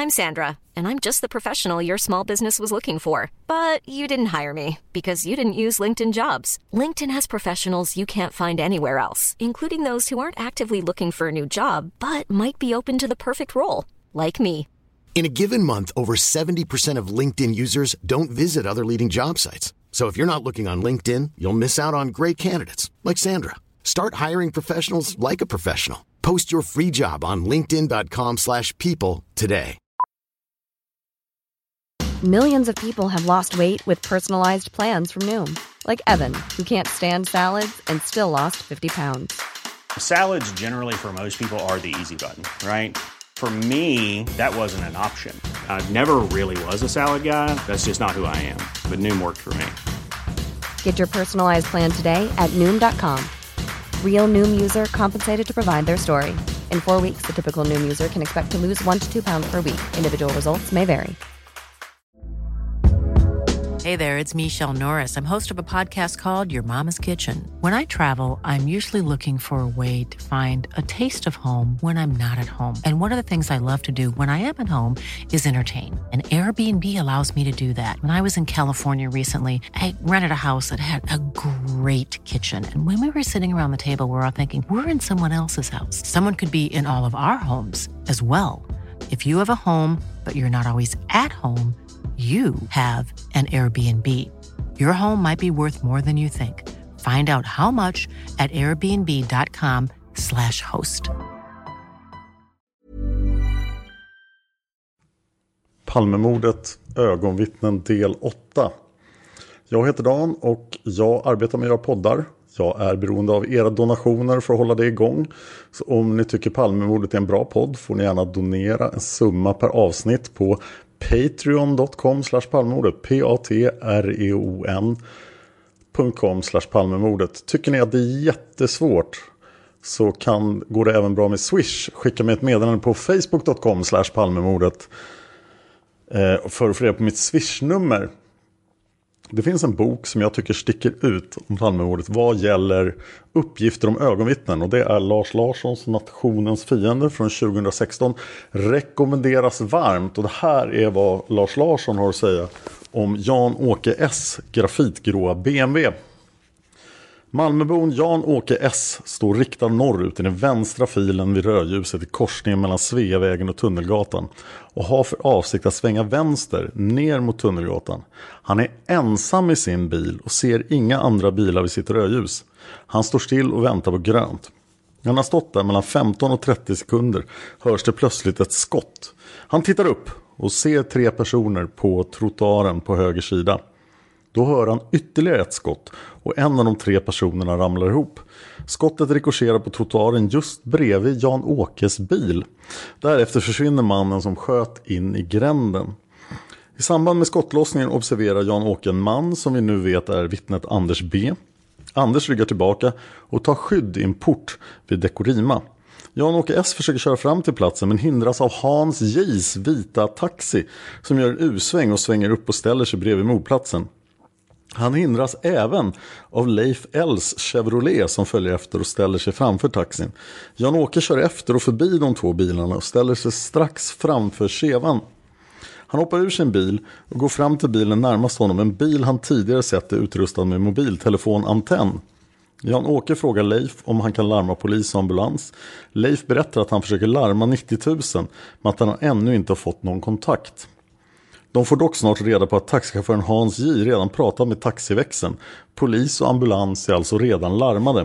I'm Sandra, and I'm just the professional your small business was looking for. But you didn't hire me because you didn't use LinkedIn Jobs. LinkedIn has professionals you can't find anywhere else, including those who aren't actively looking for a new job, but might be open to the perfect role, like me. In a given month, over 70% of LinkedIn users don't visit other leading job sites. So if you're not looking on LinkedIn, you'll miss out on great candidates like Sandra. Start hiring professionals like a professional. Post your free job on linkedin.com/people today. Millions of people have lost weight with personalized plans from Noom. Like Evan, who can't stand salads and still lost 50 pounds. Salads generally for most people are the easy button, right? For me, that wasn't an option. I never really was a salad guy. That's just not who I am. But Noom worked for me. Get your personalized plan today at Noom.com. Real Noom user compensated to provide their story. In 4 weeks, the typical Noom user can expect to lose 1 to 2 pounds per week. Individual results may vary. Hey there, it's Michelle Norris. I'm host of a podcast called Your Mama's Kitchen. When I travel, I'm usually looking for a way to find a taste of home when I'm not at home. And one of the things I love to do when I am at home is entertain. And Airbnb allows me to do that. When I was in California recently, I rented a house that had a great kitchen. And when we were sitting around the table, we were all thinking, we're in someone else's house. Someone could be in all of our homes as well. If you have a home, but you're not always at home, you have an Airbnb. Your home might be worth more than you think. Find out how much at airbnb.com/host. Palmemordet, ögonvittnen del 8. Jag heter Dan och jag arbetar med att göra poddar. Jag är beroende av era donationer för att hålla det igång. Så om ni tycker Palmemordet är en bra podd får ni gärna donera en summa per avsnitt på patreon.com/palmemordet. patreon.com/palmemordet. Tycker ni att det är jättesvårt så går det även bra med Swish. Skicka mig ett meddelande på facebook.com/palmemordet för att få reda på mitt Swish-nummer. Det finns en bok som jag tycker sticker ut om Palmemordet vad gäller uppgifter om ögonvittnen. Och det är Lars Larssons Nationens fiende från 2016. Rekommenderas varmt. Och det här är vad Lars Larsson har att säga om Jan-Åke S. grafitgråa BMW. Malmöbon Jan-Åke S. står riktad norrut i den vänstra filen vid rödljuset i korsningen mellan Sveavägen och Tunnelgatan och har för avsikt att svänga vänster ner mot Tunnelgatan. Han är ensam i sin bil och ser inga andra bilar vid sitt rödljus. Han står still och väntar på grönt. När han har stått där mellan 15 och 30 sekunder hörs det plötsligt ett skott. Han tittar upp och ser 3 personer på trottoaren på höger sida. Då hör han ytterligare ett skott och en av de 3 personerna ramlar ihop. Skottet rikoscherar på trottoaren just bredvid Jan-Åkes bil. Därefter försvinner mannen som sköt in i gränden. I samband med skottlossningen observerar Jan-Åke en man som vi nu vet är vittnet Anders B. Anders ryggar tillbaka och tar skydd i en port vid Dekorima. Jan-Åke S försöker köra fram till platsen men hindras av Hans J's vita taxi som gör en U-sväng och svänger upp och ställer sig bredvid mordplatsen. Han hindras även av Leif L's Chevrolet som följer efter och ställer sig framför taxin. Jan-Åke kör efter och förbi de 2 bilarna och ställer sig strax framför Chevan. Han hoppar ur sin bil och går fram till bilen närmast honom. En bil han tidigare sett är utrustad med mobiltelefonantenn. Jan-Åke frågar Leif om han kan larma polis och ambulans. Leif berättar att han försöker larma 90 000 men att han ännu inte har fått någon kontakt. De får dock snart reda på att taxichauffören Hans J redan pratat med taxiväxeln. Polis och ambulans är alltså redan larmade.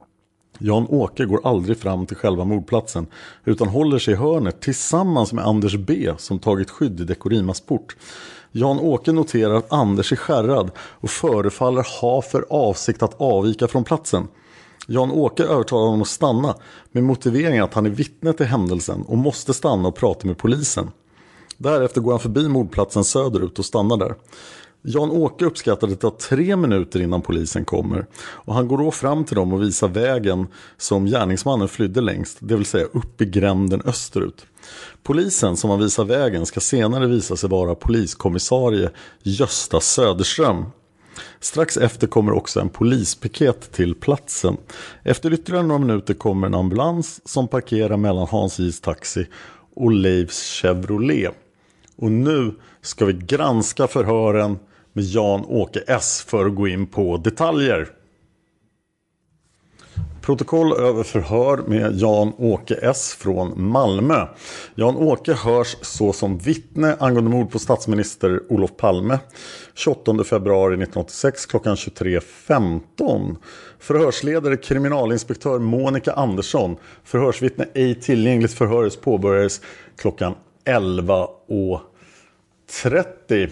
Jan-Åke går aldrig fram till själva mordplatsen utan håller sig i hörnet tillsammans med Anders B som tagit skydd i Dekorimas port. Jan-Åke noterar att Anders är skärrad och förefaller ha för avsikt att avvika från platsen. Jan-Åke övertalar honom att stanna med motiveringen att han är vittne till händelsen och måste stanna och prata med polisen. Därefter går han förbi mordplatsen söderut och stannar där. Jan-Åke uppskattade att det tar 3 minuter innan polisen kommer och han går då fram till dem och visar vägen som gärningsmannen flydde längst, det vill säga upp i gränden österut. Polisen som han visar vägen ska senare visa sig vara poliskommissarie Gösta Söderström. Strax efter kommer också en polispiket till platsen. Efter ytterligare några minuter kommer en ambulans som parkerar mellan Hans J's taxi och Leifs Chevrolet. Och nu ska vi granska förhören med Jan-Åke S för att gå in på detaljer. Protokoll över förhör med Jan-Åke S från Malmö. Jan-Åke hörs så som vittne angående mord på statsminister Olof Palme 28 februari 1986 klockan 23.15. Förhörsledare kriminalinspektör Monica Andersson. Förhörsvittne ej tillgängligt förhöres påbörjades klockan 11.30.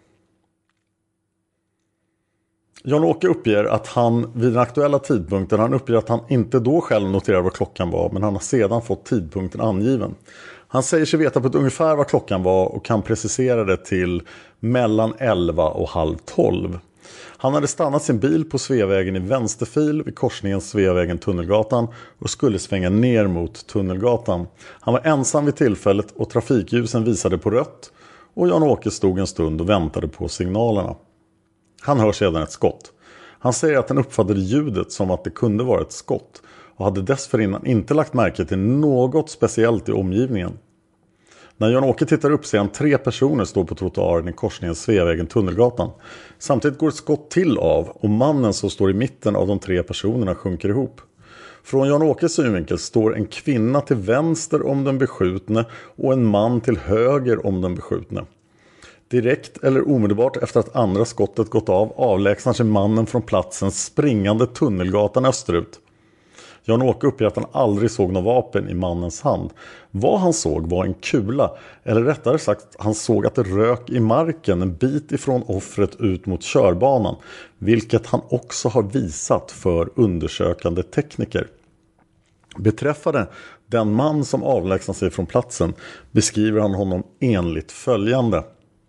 Jan-Åke uppger att han vid den aktuella tidpunkten, han uppger att han inte då själv noterade vad klockan var, men han har sedan fått tidpunkten angiven. Han säger sig veta på ett ungefär vad klockan var och kan precisera det till mellan 11 och halv 12. Han hade stannat sin bil på Sveavägen i vänsterfil vid korsningen Sveavägen-Tunnelgatan och skulle svänga ner mot Tunnelgatan. Han var ensam vid tillfället och trafikljusen visade på rött och Jan-Åke stod en stund och väntade på signalerna. Han hör sedan ett skott. Han säger att han uppfattade ljudet som att det kunde vara ett skott och hade dessförinnan inte lagt märke till något speciellt i omgivningen. När Jan-Åke tittar upp ser han 3 personer stå på trottoaren i korsningen Sveavägen-Tunnelgatan. Samtidigt går ett skott till av och mannen som står i mitten av de 3 personerna sjunker ihop. Från Jan-Åkes synvinkel står en kvinna till vänster om den beskjutne och en man till höger om den beskjutne. Direkt eller omedelbart efter att andra skottet gått av avlägsnar sig mannen från platsen springande Tunnelgatan österut. Jan-Åke uppger att han aldrig såg något vapen i mannens hand. Vad han såg var en kula, eller rättare sagt han såg att det rök i marken en bit ifrån offret ut mot körbanan, vilket han också har visat för undersökande tekniker. Beträffande den man som avlägsnar sig från platsen beskriver han honom enligt följande.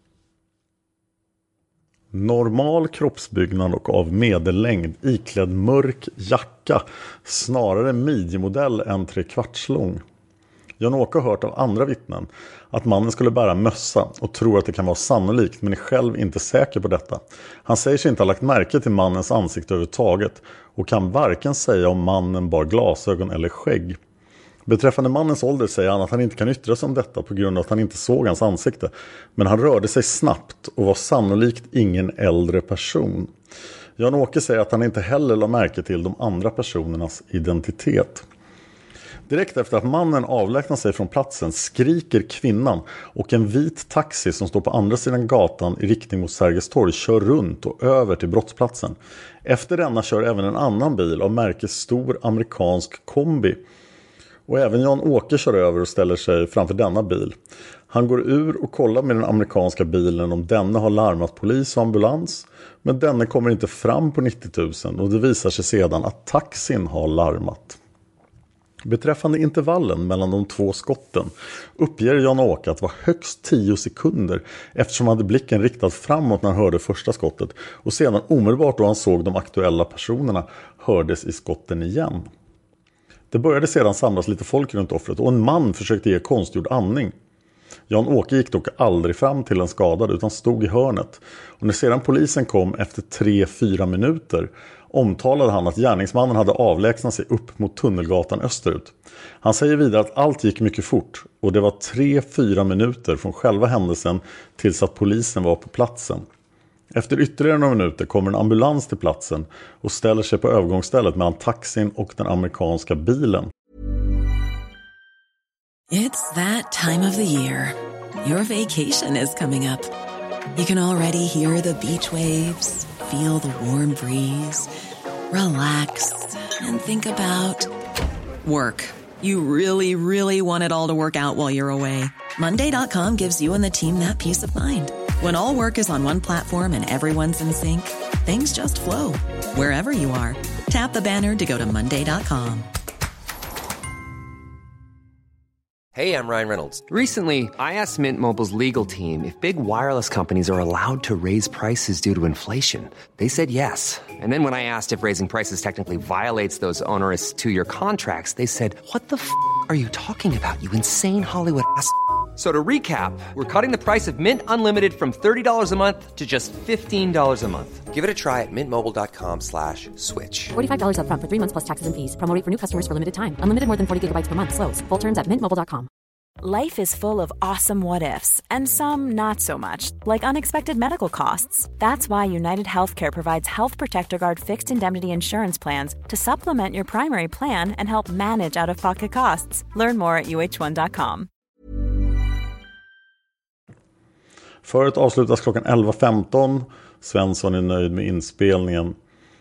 Normal kroppsbyggnad och av medellängd, iklädd mörk jacka, snarare midjemodell än 3/4 lång. Jan-Åke har hört av andra vittnen att mannen skulle bära mössa och tror att det kan vara sannolikt, men är själv inte säker på detta. Han säger sig inte ha lagt märke till mannens ansikte överhuvudtaget och kan varken säga om mannen bar glasögon eller skägg. Beträffande mannens ålder säger han att han inte kan yttra sig om detta på grund av att han inte såg hans ansikte. Men han rörde sig snabbt och var sannolikt ingen äldre person. Jan-Åke säger att han inte heller la märke till de andra personernas identitet. Direkt efter att mannen avlägsnar sig från platsen skriker kvinnan och en vit taxi som står på andra sidan gatan i riktning mot Sergels torg kör runt och över till brottsplatsen. Efter denna kör även en annan bil av märke stor amerikansk kombi. Och även Jan-Åke kör över och ställer sig framför denna bil. Han går ur och kollar med den amerikanska bilen om denna har larmat polis och ambulans. Men denna kommer inte fram på 90 000 och det visar sig sedan att taxin har larmat. Beträffande intervallen mellan de 2 skotten uppger Jan-Åke att det var högst 10 sekunder eftersom han hade blicken riktad framåt när han hörde första skottet. Och sedan omedelbart då han såg de aktuella personerna hördes i skotten igen. Det började sedan samlas lite folk runt offret och en man försökte ge konstgjord andning. Jan-Åke gick dock aldrig fram till en skadad utan stod i hörnet. Och när sedan polisen kom efter 3-4 minuter omtalade han att gärningsmannen hade avlägsnat sig upp mot Tunnelgatan österut. Han säger vidare att allt gick mycket fort och det var 3-4 minuter från själva händelsen tills att polisen var på platsen. Efter ytterligare några minuter kommer en ambulans till platsen och ställer sig på övergångsstället mellan taxin och den amerikanska bilen. It's that time of the year. Your vacation is coming up. You can already hear the beach waves, feel the warm breeze, relax and think about work. You really, really want it all to work out while you're away. Monday.com gives you and the team that peace of mind. When all work is on one platform and everyone's in sync, things just flow. Wherever you are, tap the banner to go to Monday.com. Hey, I'm Ryan Reynolds. Recently, I asked Mint Mobile's legal team if big wireless companies are allowed to raise prices due to inflation. They said yes. And then when I asked if raising prices technically violates those onerous 2-year contracts, they said, "What the f*** are you talking about, you insane Hollywood ass?" So to recap, we're cutting the price of Mint Unlimited from $30 a month to just $15 a month. Give it a try at mintmobile.com/switch. $45 up front for 3 months plus taxes and fees. Promo rate for new customers for limited time. Unlimited more than 40 gigabytes per month slows. Full terms at mintmobile.com. Life is full of awesome what-ifs, and some not so much, like unexpected medical costs. That's why United Healthcare provides Health Protector Guard fixed indemnity insurance plans to supplement your primary plan and help manage out-of-pocket costs. Learn more at uh1.com. Förut avslutas klockan 11.15. Svensson är nöjd med inspelningen.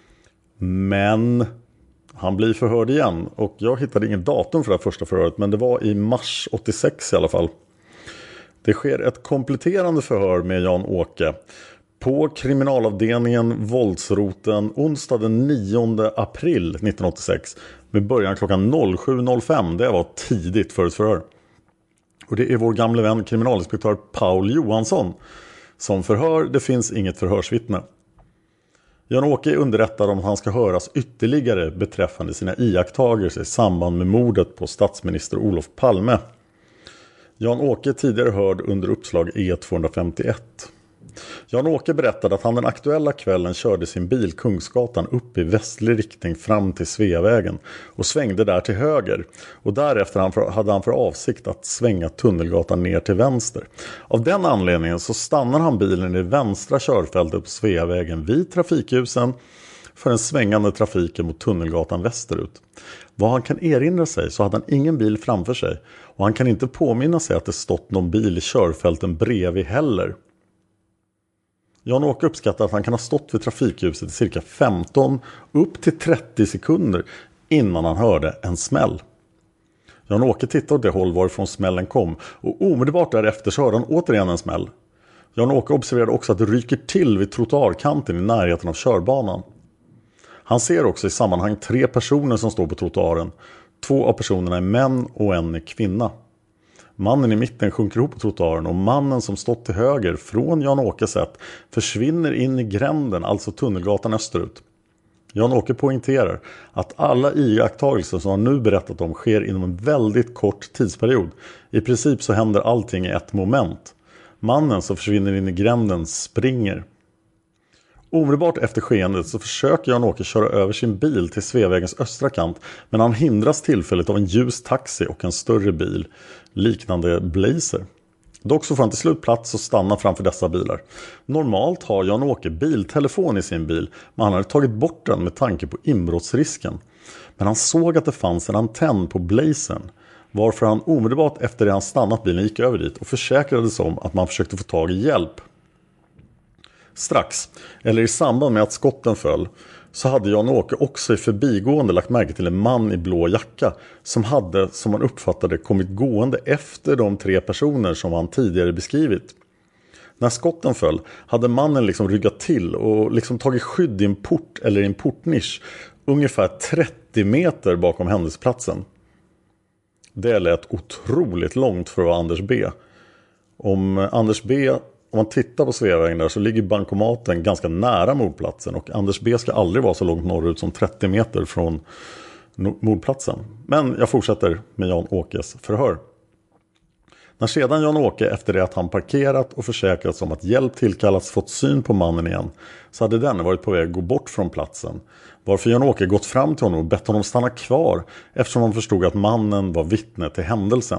Men han blir förhörd igen. Och jag hittade ingen datum för det första förhöret. Men det var i mars 86 i alla fall. Det sker ett kompletterande förhör med Jan-Åke på kriminalavdelningen Våldsroten onsdag den 9 april 1986. Med början klockan 07.05. Det var tidigt för ett förhör. Och det är vår gamla vän kriminalinspektör Paul Johansson som förhör. Det finns inget förhörsvittne. Jan-Åke är underrättad om att han ska höras ytterligare beträffande sina iakttagelser i samband med mordet på statsminister Olof Palme. Jan-Åke är tidigare hörd under uppslag E251. Jan-Åke berättade att han den aktuella kvällen körde sin bil Kungsgatan upp i västlig riktning fram till Sveavägen och svängde där till höger. Och därefter hade han för avsikt att svänga Tunnelgatan ner till vänster. Av den anledningen så stannar han bilen i vänstra körfältet på Sveavägen vid trafikljusen för den svängande trafiken mot Tunnelgatan västerut. Vad han kan erinra sig så hade han ingen bil framför sig och han kan inte påminna sig att det stått någon bil i körfälten bredvid heller. Jan-Åke uppskattar att han kan ha stått vid trafikljuset i cirka 15 upp till 30 sekunder innan han hörde en smäll. Jan-Åke tittade åt det håll varifrån smällen kom och omedelbart därefter så hörde han återigen en smäll. Jan-Åke observerade också att det ryker till vid trottoarkanten i närheten av körbanan. Han ser också i sammanhang 3 personer som står på trottoaren. 2 av personerna är män och en är kvinna. Mannen i mitten sjunker ihop på trottoaren och mannen som stått till höger från Jan-Åkes sätt försvinner in i gränden, alltså Tunnelgatan österut. Jan-Åke poängterar att alla iakttagelser som han nu berättat om sker inom en väldigt kort tidsperiod. I princip så händer allting i ett moment. Mannen som försvinner in i gränden springer. Omedelbart efter skeendet så försöker Jan-Åke köra över sin bil till Sveavägens östra kant, men han hindras tillfälligt av en ljus taxi och en större bil, liknande Blazer. Dock så får han till slut plats och stanna framför dessa bilar. Normalt har Jan-Åke biltelefon i sin bil, men han hade tagit bort den med tanke på inbrottsrisken. Men han såg att det fanns en antenn på Blazern, varför han omedelbart efter det han stannat bilen gick över dit och försäkrade sig om att man försökte få tag i hjälp. Strax, eller i samband med att skotten föll, så hade Jan-Åke också i förbigående lagt märke till en man i blå jacka som hade, som man uppfattade, kommit gående efter de 3 personer som han tidigare beskrivit. När skotten föll hade mannen liksom ryggat till och liksom tagit skydd i en port eller i en portnisch ungefär 30 meter bakom händelseplatsen. Det lät otroligt långt för att vara Anders B. Om man tittar på Sveavägen där så ligger bankomaten ganska nära mordplatsen och Anders B ska aldrig vara så långt norrut som 30 meter från mordplatsen. Men jag fortsätter med Jan-Åkes förhör. När sedan Jan-Åke efter det att han parkerat och försäkrats om att hjälp tillkallats fått syn på mannen igen så hade denne varit på väg att gå bort från platsen. Varför Jan-Åke gått fram till honom och bett honom stanna kvar eftersom han förstod att mannen var vittne till händelsen.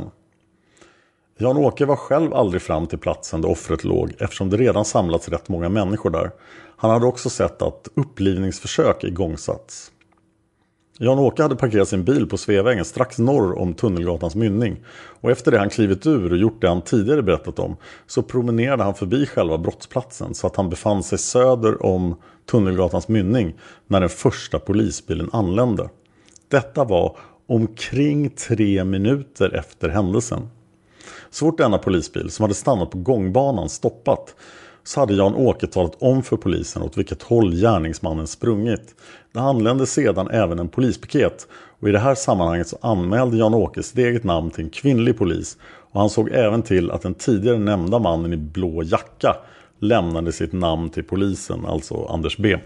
Jan-Åke var själv aldrig fram till platsen där offret låg eftersom det redan samlats rätt många människor där. Han hade också sett att upplivningsförsök igångsatts. Jan-Åke hade parkerat sin bil på Sveavägen strax norr om Tunnelgatans mynning och efter det han klivit ur och gjort det han tidigare berättat om så promenerade han förbi själva brottsplatsen så att han befann sig söder om Tunnelgatans mynning när den första polisbilen anlände. Detta var omkring 3 minuter efter händelsen. Så fort denna polisbil som hade stannat på gångbanan stoppat så hade Jan-Åke talat om för polisen åt vilket håll gärningsmannen sprungit. Det anlände sedan även en polispiket och i det här sammanhanget så anmälde Jan-Åke sitt eget namn till en kvinnlig polis och han såg även till att den tidigare nämnda mannen i blå jacka lämnade sitt namn till polisen, alltså Anders B.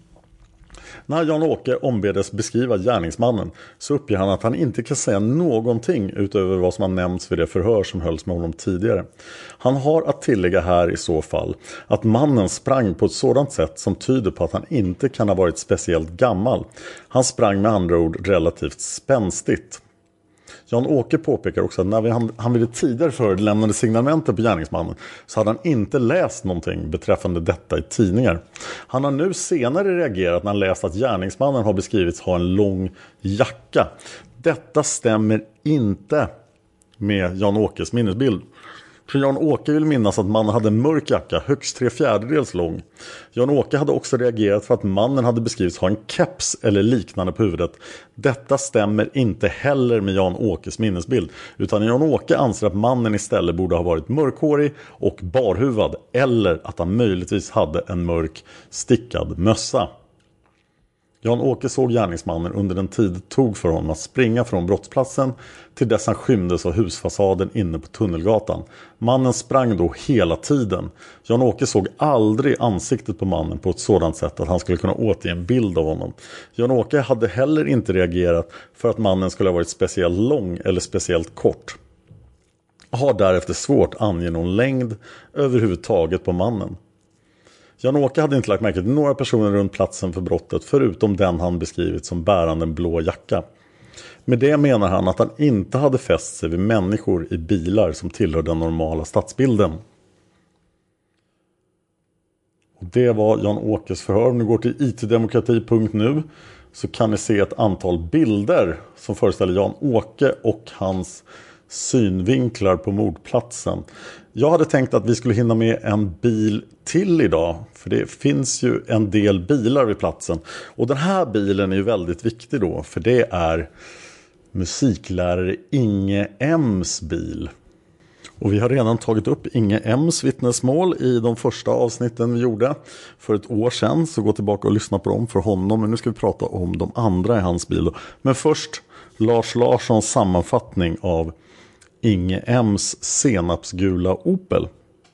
När Jan-Åke ombedes beskriva gärningsmannen så uppger han att han inte kan säga någonting utöver vad som har nämnts vid det förhör som hölls med honom tidigare. Han har att tillägga här i så fall att mannen sprang på ett sådant sätt som tyder på att han inte kan ha varit speciellt gammal. Han sprang med andra ord relativt spänstigt. Jan-Åke påpekar också att när han vid det tidigare förhöret lämnade signalementer på gärningsmannen så hade han inte läst någonting beträffande detta i tidningar. Han har nu senare reagerat när han läst att gärningsmannen har beskrivits ha en lång jacka. Detta stämmer inte med Jan-Åkes minnesbild. För Jan-Åke vill minnas att mannen hade en mörk jacka, högst 3/4 lång. Jan-Åke hade också reagerat för att mannen hade beskrivits ha en keps eller liknande på huvudet. Detta stämmer inte heller med Jan-Åkes minnesbild, utan Jan-Åke anser att mannen istället borde ha varit mörkhårig och barhuvad, eller att han möjligtvis hade en mörk stickad mössa. Jan-Åke såg gärningsmannen under den tid det tog för honom att springa från brottsplatsen till dess han skymdes av husfasaden inne på Tunnelgatan. Mannen sprang då hela tiden. Jan-Åke såg aldrig ansiktet på mannen på ett sådant sätt att han skulle kunna återge en bild av honom. Jan-Åke hade heller inte reagerat för att mannen skulle ha varit speciellt lång eller speciellt kort. Har därefter svårt att ange någon längd överhuvudtaget på mannen. Jan-Åke hade inte lagt märke till några personer runt platsen för brottet förutom den han beskrivit som bärande en blå jacka. Med det menar han att han inte hade fäst sig vid människor i bilar som tillhör den normala stadsbilden. Och det var Jan-Åkes förhör. Om ni går till itdemokrati.nu så kan ni se ett antal bilder som föreställer Jan-Åke och hans synvinklar på mordplatsen. Jag hade tänkt att vi skulle hinna med en bil till idag, för det finns ju en del bilar vid platsen. Och den här bilen är ju väldigt viktig då, för det är musiklärare Inge M's bil. Och vi har redan tagit upp Inge M's vittnesmål i de första avsnitten vi gjorde för ett år sedan. Så gå tillbaka och lyssna på dem för honom. Men nu ska vi prata om de andra i hans bil. Men först Lars Larssons sammanfattning av Inge M's senapsgula Opel.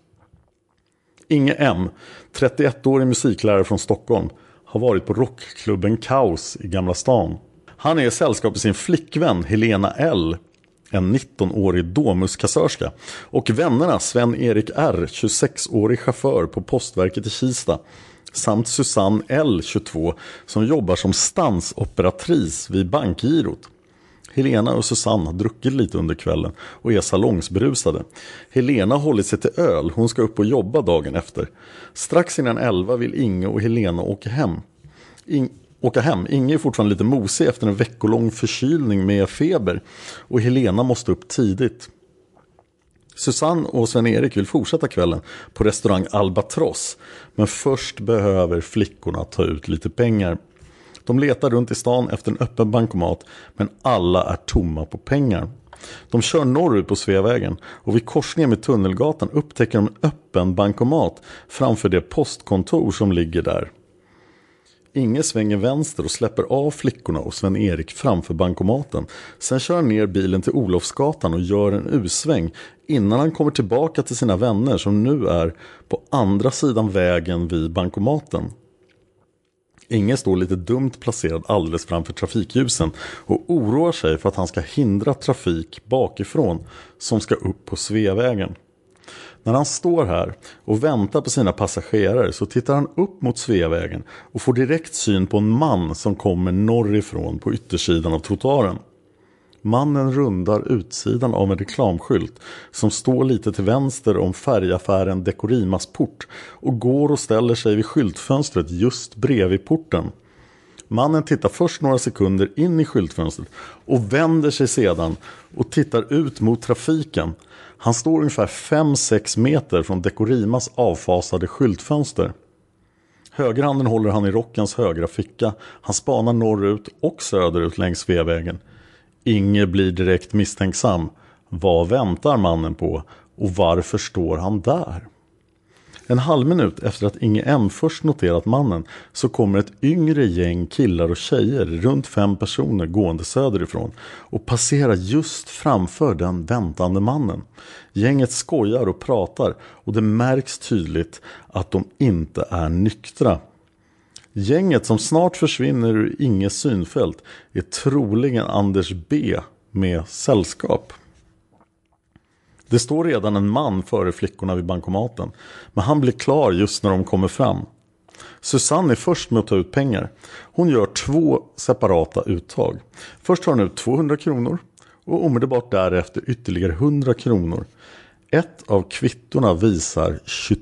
Inge M, 31-årig musiklärare från Stockholm, har varit på rockklubben Kaos i Gamla stan. Han är i sällskap med sin flickvän Helena L, en 19-årig domuskassörska, och vännerna Sven-Erik R, 26-årig chaufför på postverket i Kista, samt Susanne L, 22, som jobbar som stansoperatrice vid bankgirot. Helena och Susanne har druckit lite under kvällen och är salongsberusade. Helena har hållit sig till öl, hon ska upp och jobba dagen efter. Strax innan 11 vill Inge och Helena åka hem. Inge är fortfarande lite mosig efter en veckolång förkylning med feber och Helena måste upp tidigt. Susanne och Sven-Erik vill fortsätta kvällen på restaurang Albatross, men först behöver flickorna ta ut lite pengar. De letar runt i stan efter en öppen bankomat, men alla är tomma på pengar. De kör norrut på Sveavägen och vid korsningen med Tunnelgatan upptäcker de en öppen bankomat framför det postkontor som ligger där. Inge svänger vänster och släpper av flickorna och Sven-Erik framför bankomaten. Sen kör han ner bilen till Olofsgatan och gör en U-sväng innan han kommer tillbaka till sina vänner som nu är på andra sidan vägen vid bankomaten. Inge står lite dumt placerad alldeles framför trafikljusen och oroar sig för att han ska hindra trafik bakifrån som ska upp på Sveavägen. När han står här och väntar på sina passagerare så tittar han upp mot Sveavägen och får direkt syn på en man som kommer norrifrån på yttersidan av trottoaren. Mannen rundar utsidan av en reklamskylt som står lite till vänster om färgaffären Dekorimas port och går och ställer sig vid skyltfönstret just bredvid porten. Mannen tittar först några sekunder in i skyltfönstret och vänder sig sedan och tittar ut mot trafiken. Han står ungefär 5-6 meter från Dekorimas avfasade skyltfönster. Högerhanden håller han i rockens högra ficka. Han spanar norrut och söderut längs Sveavägen. Inge blir direkt misstänksam. Vad väntar mannen på och varför står han där? En halv minut efter att Inge M först noterat mannen så kommer ett yngre gäng killar och tjejer, runt 5 personer gående söderifrån och passerar just framför den väntande mannen. Gänget skojar och pratar och det märks tydligt att de inte är nyktra. Gänget som snart försvinner ur Inges synfält är troligen Anders B med sällskap. Det står redan en man före flickorna vid bankomaten, men han blir klar just när de kommer fram. Susanne är först med att ta ut pengar. Hon gör 2 separata uttag. Först tar hon ut 200 kronor och omedelbart därefter ytterligare 100 kronor. Ett av kvittorna visar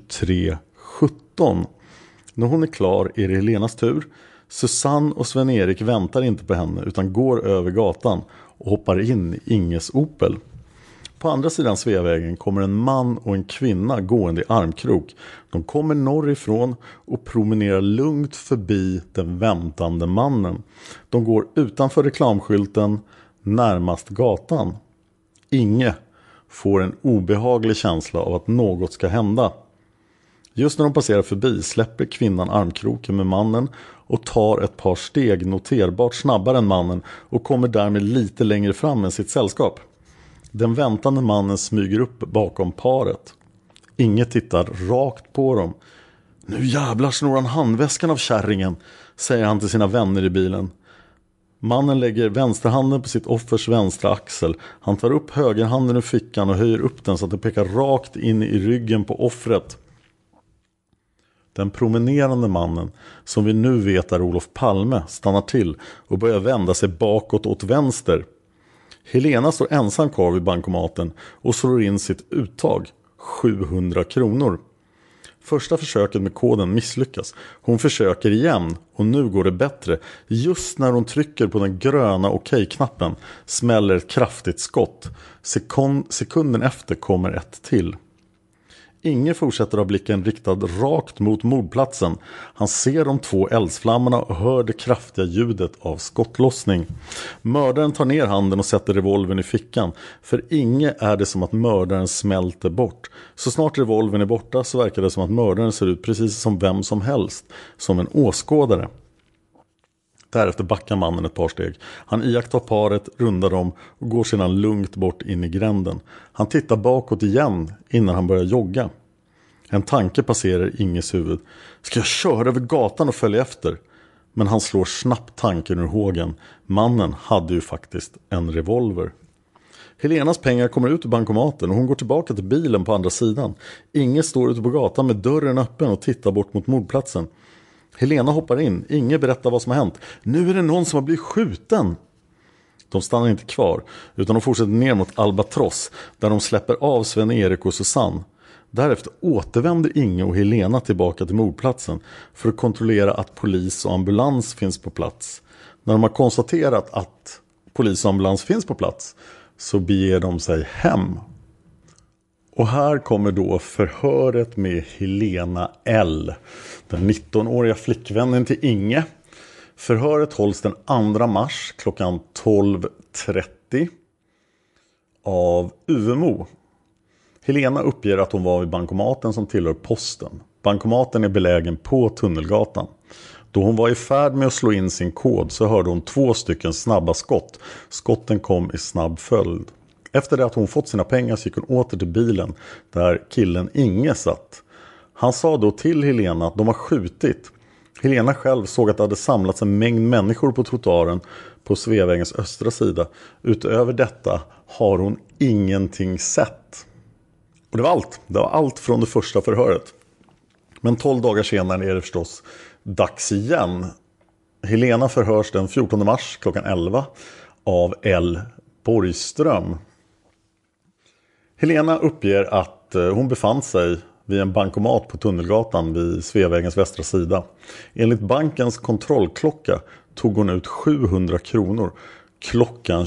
23:17. När hon är klar är det Helenas tur. Susanne och Sven-Erik väntar inte på henne utan går över gatan och hoppar in i Inges Opel. På andra sidan Sveavägen kommer en man och en kvinna gående i armkrok. De kommer norrifrån och promenerar lugnt förbi den väntande mannen. De går utanför reklamskylten närmast gatan. Inge får en obehaglig känsla av att något ska hända. Just när de passerar förbi släpper kvinnan armkroken med mannen och tar ett par steg noterbart snabbare än mannen och kommer därmed lite längre fram än sitt sällskap. Den väntande mannen smyger upp bakom paret. Inge tittar rakt på dem. Nu jävlar snor han handväskan av kärringen, säger han till sina vänner i bilen. Mannen lägger vänsterhanden på sitt offers vänstra axel. Han tar upp högerhanden ur fickan och höjer upp den så att den pekar rakt in i ryggen på offret. Den promenerande mannen, som vi nu vet är Olof Palme, stannar till och börjar vända sig bakåt åt vänster. Helena står ensam kvar vid bankomaten och slår in sitt uttag, 700 kronor. Första försöket med koden misslyckas. Hon försöker igen och nu går det bättre. Just när hon trycker på den gröna okej-knappen smäller ett kraftigt skott. Sekunden efter kommer ett till. Inge fortsätter ha blicken riktad rakt mot mordplatsen. Han ser de två eldsflammorna och hör det kraftiga ljudet av skottlossning. Mördaren tar ner handen och sätter revolvern i fickan. För Inge är det som att mördaren smälter bort. Så snart revolvern är borta så verkar det som att mördaren ser ut precis som vem som helst. Som en åskådare. Därefter backar mannen ett par steg. Han iakttar paret, rundar dem och går sedan lugnt bort in i gränden. Han tittar bakåt igen innan han börjar jogga. En tanke passerar Inges huvud. Ska jag köra över gatan och följa efter? Men han slår snabbt tanken ur hågen. Mannen hade ju faktiskt en revolver. Helenas pengar kommer ut ur bankomaten och hon går tillbaka till bilen på andra sidan. Inge står ute på gatan med dörren öppen och tittar bort mot mordplatsen. Helena hoppar in. Inge berättar vad som har hänt. Nu är det någon som har blivit skjuten. De stannar inte kvar utan de fortsätter ner mot Albatross där de släpper av Sven-Erik och Susanne. Därefter återvänder Inge och Helena tillbaka till mordplatsen för att kontrollera att polis och ambulans finns på plats. När de har konstaterat att polis och ambulans finns på plats så beger de sig hem. Och här kommer då förhöret med Helena L., den 19-åriga flickvännen till Inge. Förhöret hålls den 2 mars klockan 12:30 av UMO. Helena uppger att hon var vid bankomaten som tillhör posten. Bankomaten är belägen på Tunnelgatan. Då hon var i färd med att slå in sin kod så hörde hon 2 snabba skott. Skotten kom i snabb följd. Efter det att hon fått sina pengar så gick hon åter till bilen där killen Inge satt. Han sa då till Helena att de har skjutit. Helena själv såg att det hade samlats en mängd människor på trottoaren på Sveavägens östra sida. Utöver detta har hon ingenting sett. Och det var allt. Det var allt från det första förhöret. Men 12 dagar senare är det förstås dags igen. Helena förhörs den 14 mars klockan 11 av L. Borgström. Helena uppger att hon befann sig vid en bankomat på Tunnelgatan vid Sveavägens västra sida. Enligt bankens kontrollklocka tog hon ut 700 kronor klockan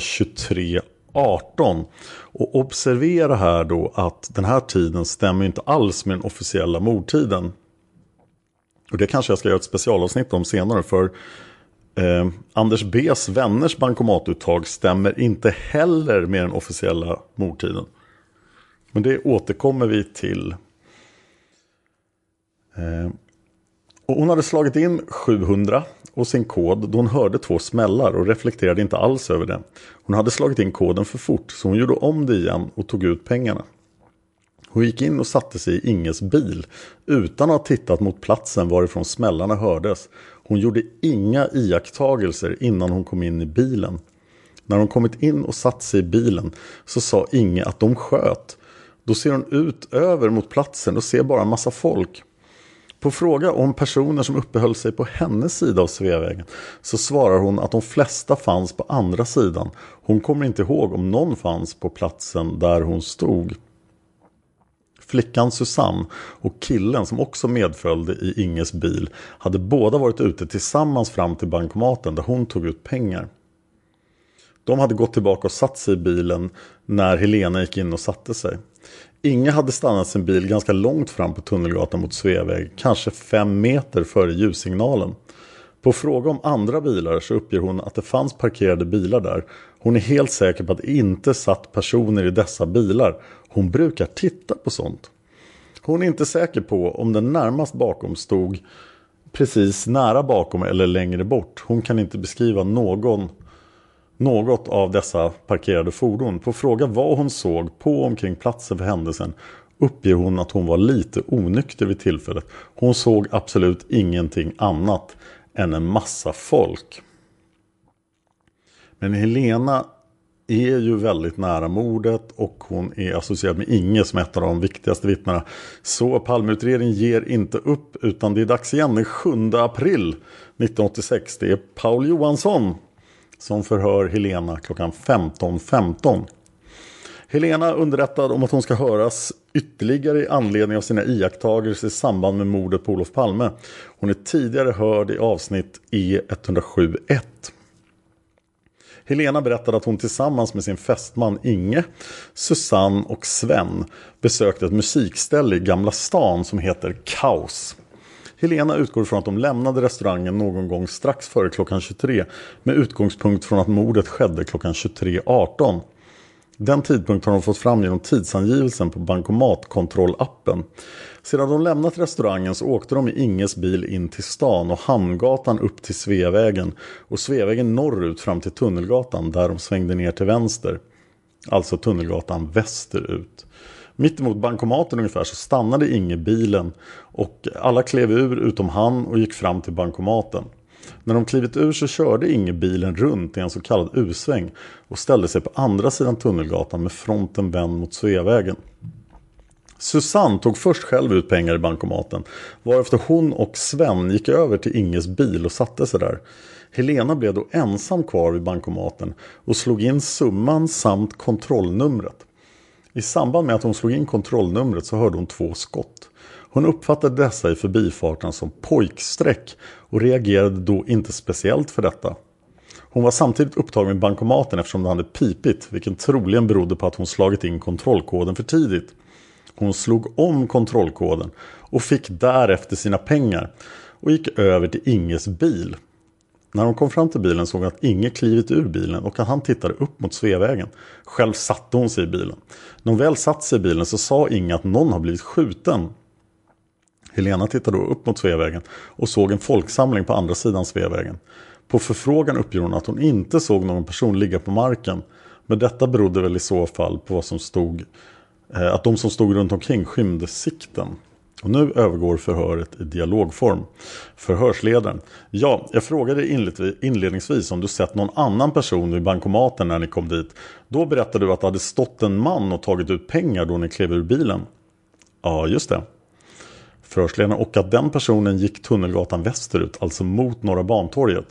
23:18. Och observera här då att den här tiden stämmer inte alls med den officiella mordtiden. Och det kanske jag ska göra ett specialavsnitt om senare, för Anders B:s vänners bankomatuttag stämmer inte heller med den officiella mordtiden. Men det återkommer vi till. Och hon hade slagit in 700 och sin kod då hon hörde 2 smällar och reflekterade inte alls över det. Hon hade slagit in koden för fort så hon gjorde om det igen och tog ut pengarna. Hon gick in och satte sig i Inges bil utan att ha tittat mot platsen varifrån smällarna hördes. Hon gjorde inga iakttagelser innan hon kom in i bilen. När hon kommit in och satt sig i bilen så sa Inge att de sköt. Då ser hon ut över mot platsen och ser bara en massa folk. På fråga om personer som uppehöll sig på hennes sida av Sveavägen så svarar hon att de flesta fanns på andra sidan. Hon kommer inte ihåg om någon fanns på platsen där hon stod. Flickan Susanne och killen som också medföljde i Inges bil hade båda varit ute tillsammans fram till bankomaten där hon tog ut pengar. De hade gått tillbaka och satt sig i bilen när Helena gick in och satte sig. Inge hade stannat sin bil ganska långt fram på Tunnelgatan mot Sveaväg, kanske 5 meter före ljussignalen. På fråga om andra bilar så uppger hon att det fanns parkerade bilar där. Hon är helt säker på att det inte satt personer i dessa bilar. Hon brukar titta på sånt. Hon är inte säker på om den närmast bakom stod precis nära bakom eller längre bort. Hon kan inte beskriva något av dessa parkerade fordon. På fråga vad hon såg på omkring platsen för händelsen uppger hon att hon var lite onykter vid tillfället. Hon såg absolut ingenting annat än en massa folk. Men Helena är ju väldigt nära mordet och hon är associerad med Inge som ett av de viktigaste vittnena. Så Palmeutredningen ger inte upp, utan det är dags igen den 7 april 1986. Det är Paul Johansson som förhör Helena klockan 15:15. Helena underrättad om att hon ska höras ytterligare i anledning av sina iakttagelser i samband med mordet på Olof Palme. Hon är tidigare hörd i avsnitt E107.1. Helena berättade att hon tillsammans med sin fästman Inge, Susanne och Sven besökte ett musikställe i Gamla stan som heter Kaos. Helena utgår från att de lämnade restaurangen någon gång strax före klockan 23 med utgångspunkt från att mordet skedde klockan 23:18. Den tidpunkt har de fått fram genom tidsangivelsen på bankomatkontrollappen. Sedan de lämnat restaurangen så åkte de i Inges bil in till stan och Hamngatan upp till Sveavägen och Sveavägen norrut fram till Tunnelgatan där de svängde ner till vänster. Alltså Tunnelgatan västerut. Mitt emot bankomaten ungefär så stannade Inge bilen och alla klev ur utom han och gick fram till bankomaten. När de klivit ur så körde Inge bilen runt i en så kallad U-sväng och ställde sig på andra sidan Tunnelgatan med fronten vänd mot Sveavägen. Susanne tog först själv ut pengar i bankomaten, varefter hon och Sven gick över till Inges bil och satte sig där. Helena blev då ensam kvar vid bankomaten och slog in summan samt kontrollnumret. I samband med att hon slog in kontrollnumret så hörde hon 2 skott. Hon uppfattade dessa i förbifarten som pojksträck och reagerade då inte speciellt för detta. Hon var samtidigt upptagen med bankomaten eftersom det hade pipit, vilket troligen berodde på att hon slagit in kontrollkoden för tidigt. Hon slog om kontrollkoden och fick därefter sina pengar och gick över till Inges bil. När hon kom fram till bilen såg hon att Inge klivit ur bilen och att han tittade upp mot Sveavägen. Själv satte hon sig i bilen. När hon väl satt sig i bilen så sa Inge att någon har blivit skjuten. Helena tittade då upp mot Sveavägen och såg en folksamling på andra sidan Sveavägen. På förfrågan uppger hon att hon inte såg någon person ligga på marken. Men detta berodde väl i så fall på vad som stod, att de som stod runt omkring skymde sikten. Och nu övergår förhöret i dialogform. Förhörsledaren. Ja, jag frågade inledningsvis om du sett någon annan person vid bankomaten när ni kom dit. Då berättade du att det hade stått en man och tagit ut pengar då ni klev ur bilen. Ja, just det. Förhörsledaren, och att den personen gick Tunnelgatan västerut, alltså mot Norra Bantorget.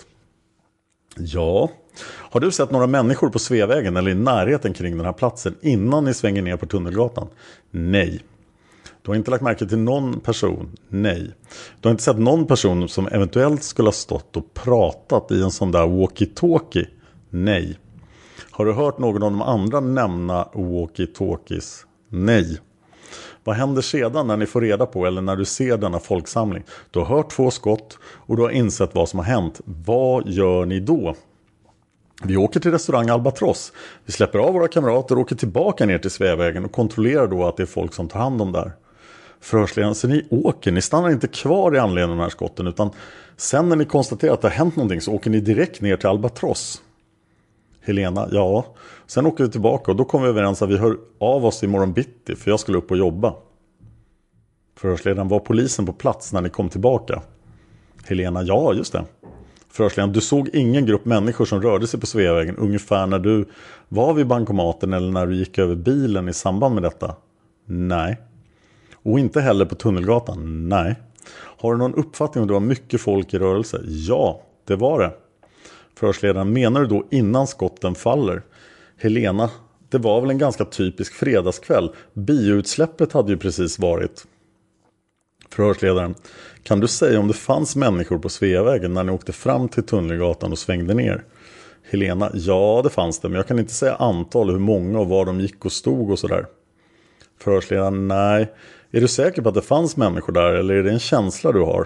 Ja. Har du sett några människor på Sveavägen eller i närheten kring den här platsen innan ni svänger ner på Tunnelgatan? Nej. Du har inte lagt märke till någon person? Nej. Du har inte sett någon person som eventuellt skulle ha stått och pratat i en sån där walkie-talkie? Nej. Har du hört någon av de andra nämna walkie-talkies? Nej. Vad händer sedan när ni får reda på eller när du ser denna folksamling? Du har hört 2 skott och du har insett vad som har hänt. Vad gör ni då? Vi åker till restaurang Albatross. Vi släpper av våra kamrater och åker tillbaka ner till Sveavägen och kontrollerar då att det är folk som tar hand om där. Förhörsledaren, så ni stannar inte kvar i anledning av de här skotten, utan sen när ni konstaterar att det har hänt någonting så åker ni direkt ner till Albatross. Helena, ja. Sen åker vi tillbaka och då kommer vi överens att vi hör av oss imorgon bitti för jag skulle upp och jobba. Förhörsledaren, var polisen på plats när ni kom tillbaka? Helena, ja just det. Förhörsledaren, du såg ingen grupp människor som rörde sig på Sveavägen ungefär när du var vid bankomaten eller när du gick över bilen i samband med detta? Nej. Och inte heller på Tunnelgatan? Nej. Har du någon uppfattning om det var mycket folk i rörelse? Ja, det var det. Förhörsledaren, menar du då innan skotten faller? Helena, det var väl en ganska typisk fredagskväll. Bioutsläppet hade ju precis varit. Förhörsledaren, kan du säga om det fanns människor på Sveavägen när ni åkte fram till Tunnelgatan och svängde ner? Helena, ja det fanns det, men jag kan inte säga antal, hur många och var de gick och stod och sådär. Förhörsledaren, nej. Är du säker på att det fanns människor där eller är det en känsla du har?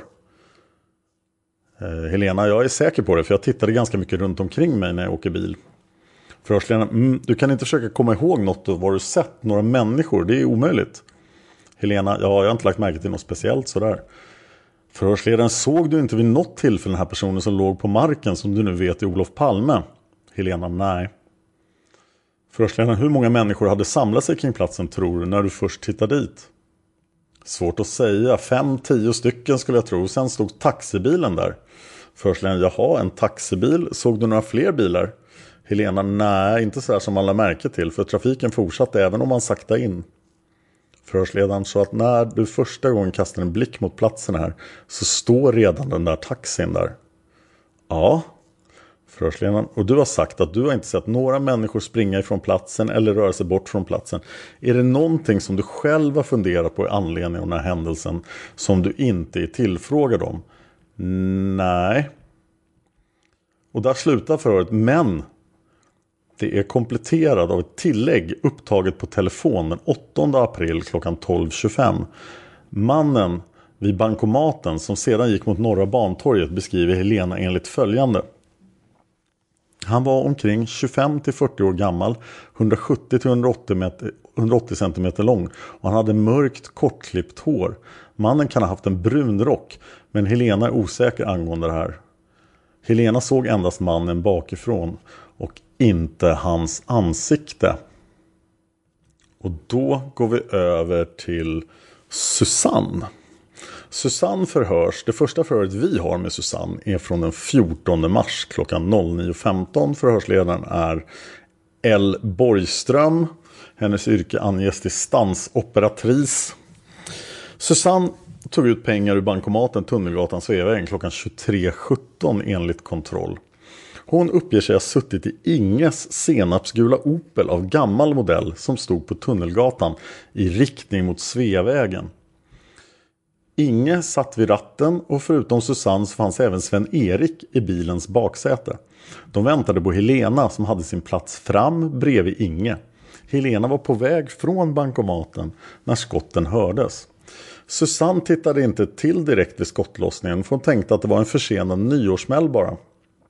Helena, jag är säker på det för jag tittade ganska mycket runt omkring mig när jag åker bil. Förhörsledaren, du kan inte försöka komma ihåg något och vad du sett, några människor, det är omöjligt. Helena, ja, jag har inte lagt märke till något speciellt sådär. Förhörsledaren, såg du inte vid något tillfälle den här personen som låg på marken som du nu vet är Olof Palme? Helena, nej. Förhörsledaren, hur många människor hade samlat sig kring platsen tror du när du först tittade dit? Svårt att säga, 5-10 stycken skulle jag tro. Sen stod taxibilen där. Förhörsledaren, jaha, en taxibil. Såg du några fler bilar? Helena, nej, inte så här som alla märker till. För trafiken fortsatte även om man sakta in. Förhörsledaren, så att när du första gången kastar en blick mot platsen här så står redan den där taxin där. Ja. Förhörsledaren, och du har sagt att du har inte sett några människor springa ifrån platsen eller röra sig bort från platsen. Är det någonting som du själv har funderat på i anledning av den här händelsen som du inte är tillfrågad om? Nej. Och där slutar förhöret, men det är kompletterad av ett tillägg upptaget på telefon den 8 april klockan 12.25. Mannen vid bankomaten som sedan gick mot Norra Bantorget beskriver Helena enligt följande. Han var omkring 25-40 år gammal, 170-180 cm lång och han hade mörkt kortklippt hår. Mannen kan ha haft en brun rock, men Helena är osäker angående det här. Helena såg endast mannen bakifrån och inte hans ansikte. Och då går vi över till Susanne. Susanne förhörs. Det första förhöret vi har med Susanne är från den 14 mars klockan 09.15. Förhörsledaren är L. Borgström. Hennes yrke anges till stansoperatrice. Susanne tog ut pengar ur bankomaten Tunnelgatan Sveavägen klockan 23.17 enligt kontroll. Hon uppger sig ha suttit i Inges senapsgula Opel av gammal modell som stod på Tunnelgatan i riktning mot Sveavägen. Inge satt vid ratten och förutom Susanne fanns även Sven-Erik i bilens baksäte. De väntade på Helena som hade sin plats fram bredvid Inge. Helena var på väg från bankomaten när skotten hördes. Susanne tittade inte till direkt vid skottlossningen för hon tänkte att det var en försenad nyårssmäll bara.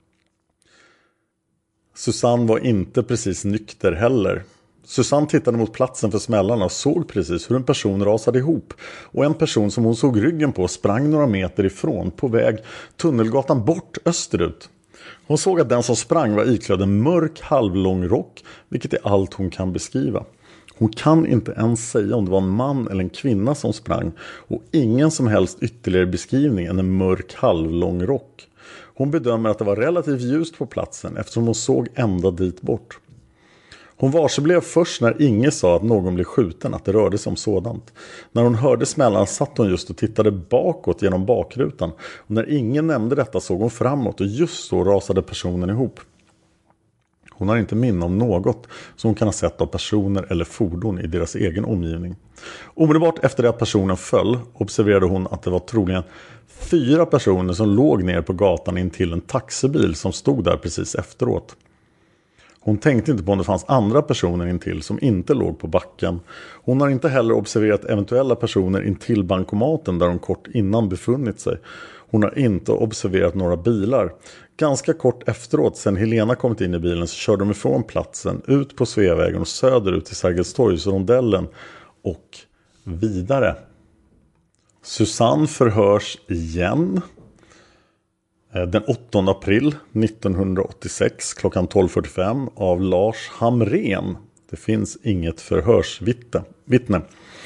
Susanne var inte precis nykter heller. Susanne tittade mot platsen för smällarna och såg precis hur en person rasade ihop. Och en person som hon såg ryggen på sprang några meter ifrån på väg Tunnelgatan bort österut. Hon såg att den som sprang var iklädd en mörk halvlång rock, vilket är allt hon kan beskriva. Hon kan inte ens säga om det var en man eller en kvinna som sprang och ingen som helst ytterligare beskrivning än en mörk halvlång rock. Hon bedömer att det var relativt ljust på platsen eftersom hon såg ända dit bort. Hon varseblev först när Inge sa att någon blev skjuten, att det rörde sig om sådant. När hon hörde smällan satt hon just och tittade bakåt genom bakrutan. Och när ingen nämnde detta såg hon framåt och just så rasade personen ihop. Hon har inte minne om något som hon kan ha sett av personer eller fordon i deras egen omgivning. Omedelbart efter det att personen föll observerade hon att det var troligen 4 personer som låg ner på gatan in till en taxibil som stod där precis efteråt. Hon tänkte inte på om det fanns andra personer intill som inte låg på backen. Hon har inte heller observerat eventuella personer intill bankomaten där hon kort innan befunnit sig. Hon har inte observerat några bilar. Ganska kort efteråt, sen Helena kommit in i bilen, så körde de ifrån platsen ut på Sveavägen och söderut till Sergelstorgsrondellen och vidare. Susanne förhörs igen den 8 april 1986 klockan 12.45 av Lars Hamrén. Det finns inget förhörsvittne.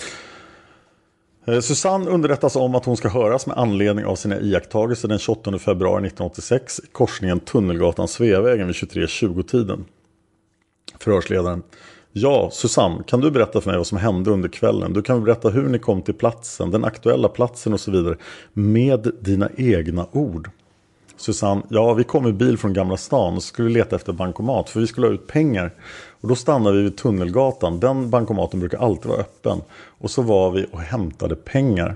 Susanne underrättas om att hon ska höras med anledning av sina iakttagelser den 28 februari 1986 i korsningen Tunnelgatan Sveavägen vid 23:20-tiden. Förhörsledaren. Ja, Susanne, kan du berätta för mig vad som hände under kvällen? Du kan berätta hur ni kom till platsen, den aktuella platsen och så vidare. Med dina egna ord. Susanne, ja, vi kom i bil från Gamla stan och skulle leta efter bankomat. För vi skulle ha ut pengar. Och då stannade vi vid Tunnelgatan. Den bankomaten brukar alltid vara öppen. Och så var vi och hämtade pengar.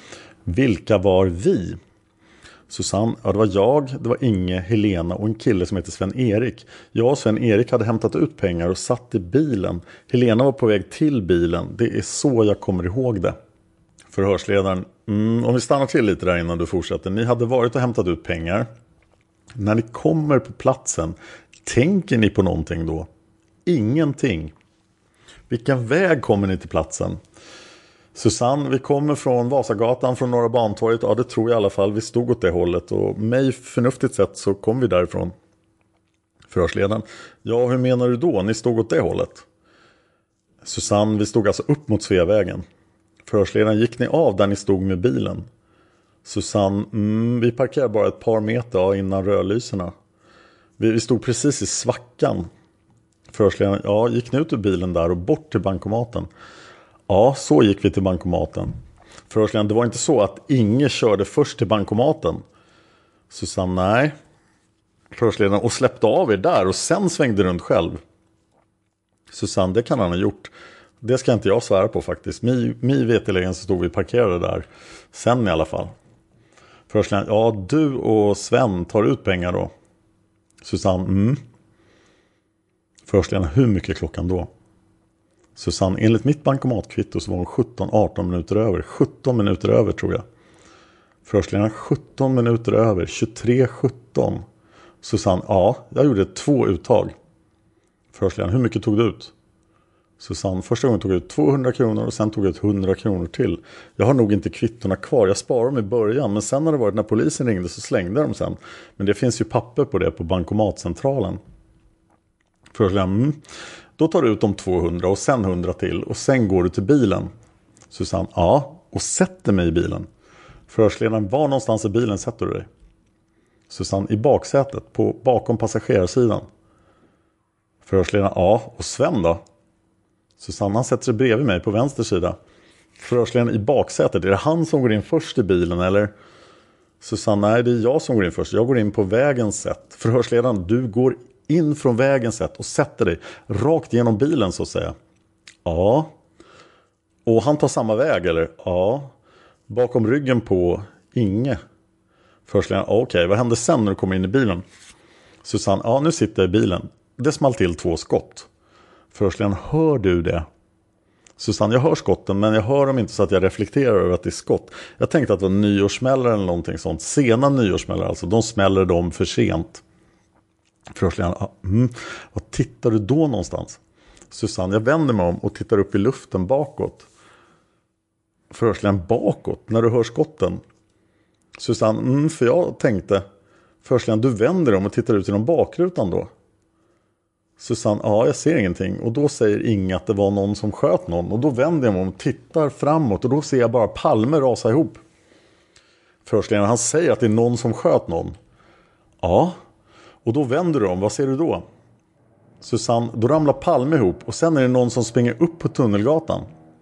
Vilka var vi? Susanne, ja, det var jag, det var Inge, Helena och en kille som heter Sven-Erik. Jag och Sven-Erik hade hämtat ut pengar och satt i bilen. Helena var på väg till bilen. Det är så jag kommer ihåg det. Förhörsledaren, om vi stannar till lite där innan du fortsätter. Ni hade varit och hämtat ut pengar. När ni kommer på platsen, tänker ni på någonting då? Ingenting. Vilken väg kommer ni till platsen? Susanne, vi kommer från Vasagatan, från Norra Bantorget. Ja, det tror jag i alla fall. Vi stod åt det hållet och mig förnuftigt sett så kom vi därifrån. Förhörsledaren, ja, hur menar du då? Ni stod åt det hållet. Susanne, vi stod alltså upp mot Sveavägen. Förhörsledaren, gick ni av där ni stod med bilen? Susanne, vi parkerade bara ett par meter innan rödlyserna. Vi stod precis i svackan. Förhörsledaren, ja, gick ni ut ur bilen där och bort till bankomaten? Ja, så gick vi till bankomaten. Förhörsledaren, det var inte så att Inge körde först till bankomaten? Susanne, nej. Förhörsledaren, och släppte av er där och sen svängde runt själv? Susanne, det kan han ha gjort. Det ska inte jag svära på faktiskt. Mig veteligen så stod vi parkerade där. Sen i alla fall. Förhörsledaren, ja, du och Sven tar ut pengar då. Susanne, Förhörsledaren, hur mycket klockan då? Susanne, enligt mitt bankomatkvitto så var hon 17-18 minuter över. 17 minuter över tror jag. Förhörsledaren, 17 minuter över. 23:17. Susanne, ja, jag gjorde 2 uttag. Förhörsledaren, hur mycket tog du ut? Susanne, första gången tog jag ut 200 kronor och sen tog jag ut 100 kronor till. Jag har nog inte kvittorna kvar. Jag sparar dem i början, men sen när polisen ringde så slängde de sen. Men det finns ju papper på det på bankomatcentralen. Förhörsledaren, då tar du ut de 200 och sen 100 till och sen går du till bilen. Susanne, ja, och sätter mig i bilen. Förhörsledaren, var någonstans i bilen sätter du dig? Susanne, i baksätet, bakom passagerarsidan. Förhörsledaren, ja, och Sven då? Susanne, han sätter sig bredvid mig på vänster sida. Förhörsledaren, i baksätet, är det han som går in först i bilen eller? Susanne, nej, det är jag som går in först. Jag går in på vägens sätt. Förhörsledaren, du går in från vägens sätt och sätter dig rakt genom bilen så att säga. Ja. Och han tar samma väg eller? Ja. Bakom ryggen på Inge. Förhörsledaren, okej, vad hände sen när du kom in i bilen? Susanne, ja, nu sitter jag i bilen. Det small till 2 skott. Förhörsledaren, hör du det? Susanne, jag hör skotten men jag hör dem inte så att jag reflekterar över att det är skott. Jag tänkte att det var nyårssmällare eller någonting sånt. Sena nyårssmällare alltså, de smäller dem för sent. Förhörsledaren, vad tittar du då någonstans? Susanne, jag vänder mig om och tittar upp i luften bakåt. Förhörsledaren, bakåt när du hör skotten? Susanne, för jag tänkte. Förhörsledaren, du vänder dig om och tittar ut genom bakrutan då? Susanne, ja, jag ser ingenting. Och då säger Inga att det var någon som sköt någon. Och då vänder jag mig om och tittar framåt. Och då ser jag bara Palme rasa ihop. Förhörsledaren, han säger att det är någon som sköt någon. Ja. Och då vänder du om, vad ser du då? Susanne, då ramlar Palme ihop. Och sen är det någon som springer upp på Tunnelgatan.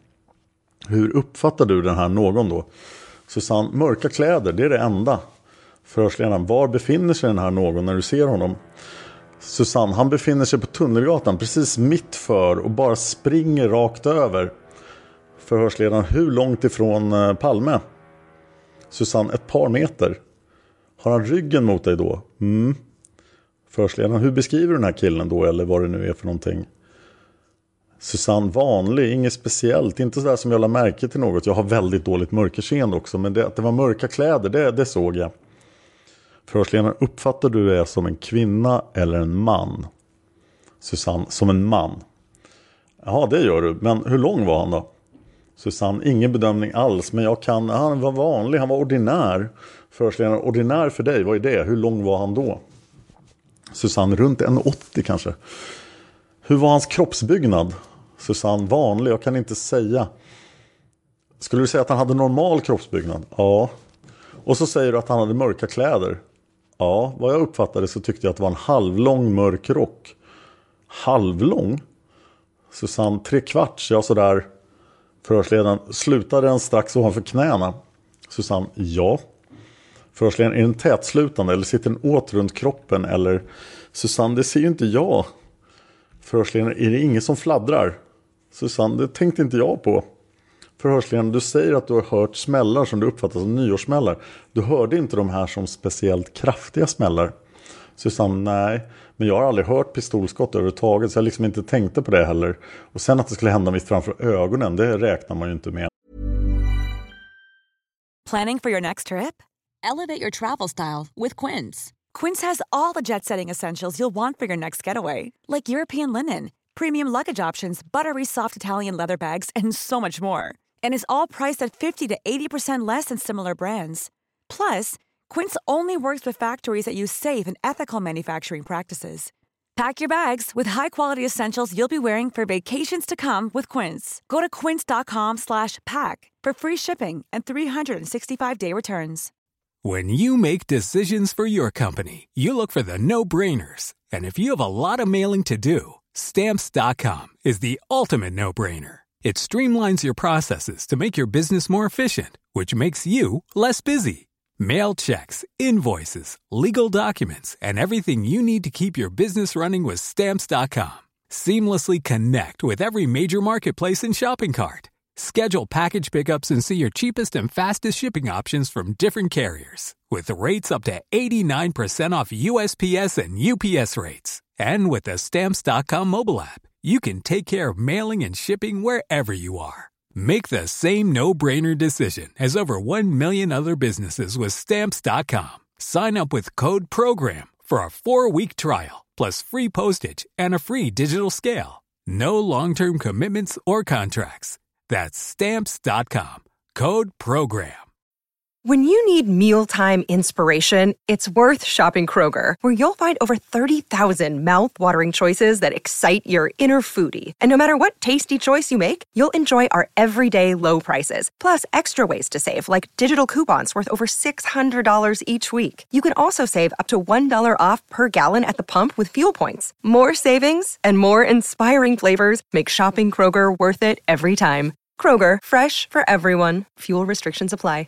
Hur uppfattar du den här någon då? Susanne, mörka kläder, det är det enda. Förhörsledaren, var befinner sig den här någon när du ser honom? Susanne, han befinner sig på Tunnelgatan precis mitt för och bara springer rakt över. Förhörsledaren, hur långt ifrån Palme? Susanne, ett par meter. Har han ryggen mot dig då? Förhörsledaren, hur beskriver du den här killen då eller vad det nu är för någonting? Susanne, vanlig, inget speciellt. Inte sådär som jag la märke till något. Jag har väldigt dåligt mörkerseende också. Men det var mörka kläder, det såg jag. Förhörsledaren, uppfattar du det som en kvinna eller en man? Susanne, som en man. Ja, det gör du. Men hur lång var han då? Susanne, ingen bedömning alls. Men han var vanlig, han var ordinär. Förhörsledaren, ordinär för dig, vad är det? Hur lång var han då? Susanne, runt 1,80 kanske. Hur var hans kroppsbyggnad? Susanne, vanlig, jag kan inte säga. Skulle du säga att han hade normal kroppsbyggnad? Ja. Och så säger du att han hade mörka kläder. Ja, vad jag uppfattade så tyckte jag att det var en halvlång mörk rock. Halvlång? Susanne, 3/4, ja sådär. Förhörsledaren, slutade den strax ovanför knäna? Susanne, ja. Förhörsledaren, är den tätslutande eller sitter den åt runt kroppen? Eller, Susanne, det ser ju inte jag. Förhörsledaren, är det inget som fladdrar? Susanne, det tänkte inte jag på. Förhörsledaren, du säger att du har hört smällar som du uppfattar som nyårssmällar. Du hörde inte de här som speciellt kraftiga smällar. Susanne, nej. Men jag har aldrig hört pistolskott överhuvudtaget, så jag liksom inte tänkte på det heller. Och sen att det skulle hända mitt framför ögonen, det räknar man ju inte med. Planning for your next trip? Elevate your travel style with Quince. Quince has all the jet-setting essentials you'll want for your next getaway, like European linen, premium luggage options, buttery soft Italian leather bags, and so much more. And is all priced at 50 to 80% less than similar brands. Plus, Quince only works with factories that use safe and ethical manufacturing practices. Pack your bags with high-quality essentials you'll be wearing for vacations to come with Quince. Go to quince.com/pack for free shipping and 365-day returns. When you make decisions for your company, you look for the no-brainers. And if you have a lot of mailing to do, Stamps.com is the ultimate no-brainer. It streamlines your processes to make your business more efficient, which makes you less busy. Mail checks, invoices, legal documents, and everything you need to keep your business running with Stamps.com. Seamlessly connect with every major marketplace and shopping cart. Schedule package pickups and see your cheapest and fastest shipping options from different carriers. With rates up to 89% off USPS and UPS rates. And with the Stamps.com mobile app, you can take care of mailing and shipping wherever you are. Make the same no-brainer decision as over 1 million other businesses with Stamps.com. Sign up with code PROGRAM for a 4-week trial, plus free postage and a free digital scale. No long-term commitments or contracts. That's Stamps.com. Code PROGRAM. When you need mealtime inspiration, it's worth shopping Kroger, where you'll find over 30,000 mouth-watering choices that excite your inner foodie. And no matter what tasty choice you make, you'll enjoy our everyday low prices, plus extra ways to save, like digital coupons worth over $600 each week. You can also save up to $1 off per gallon at the pump with fuel points. More savings and more inspiring flavors make shopping Kroger worth it every time. Kroger, fresh for everyone. Fuel restrictions apply.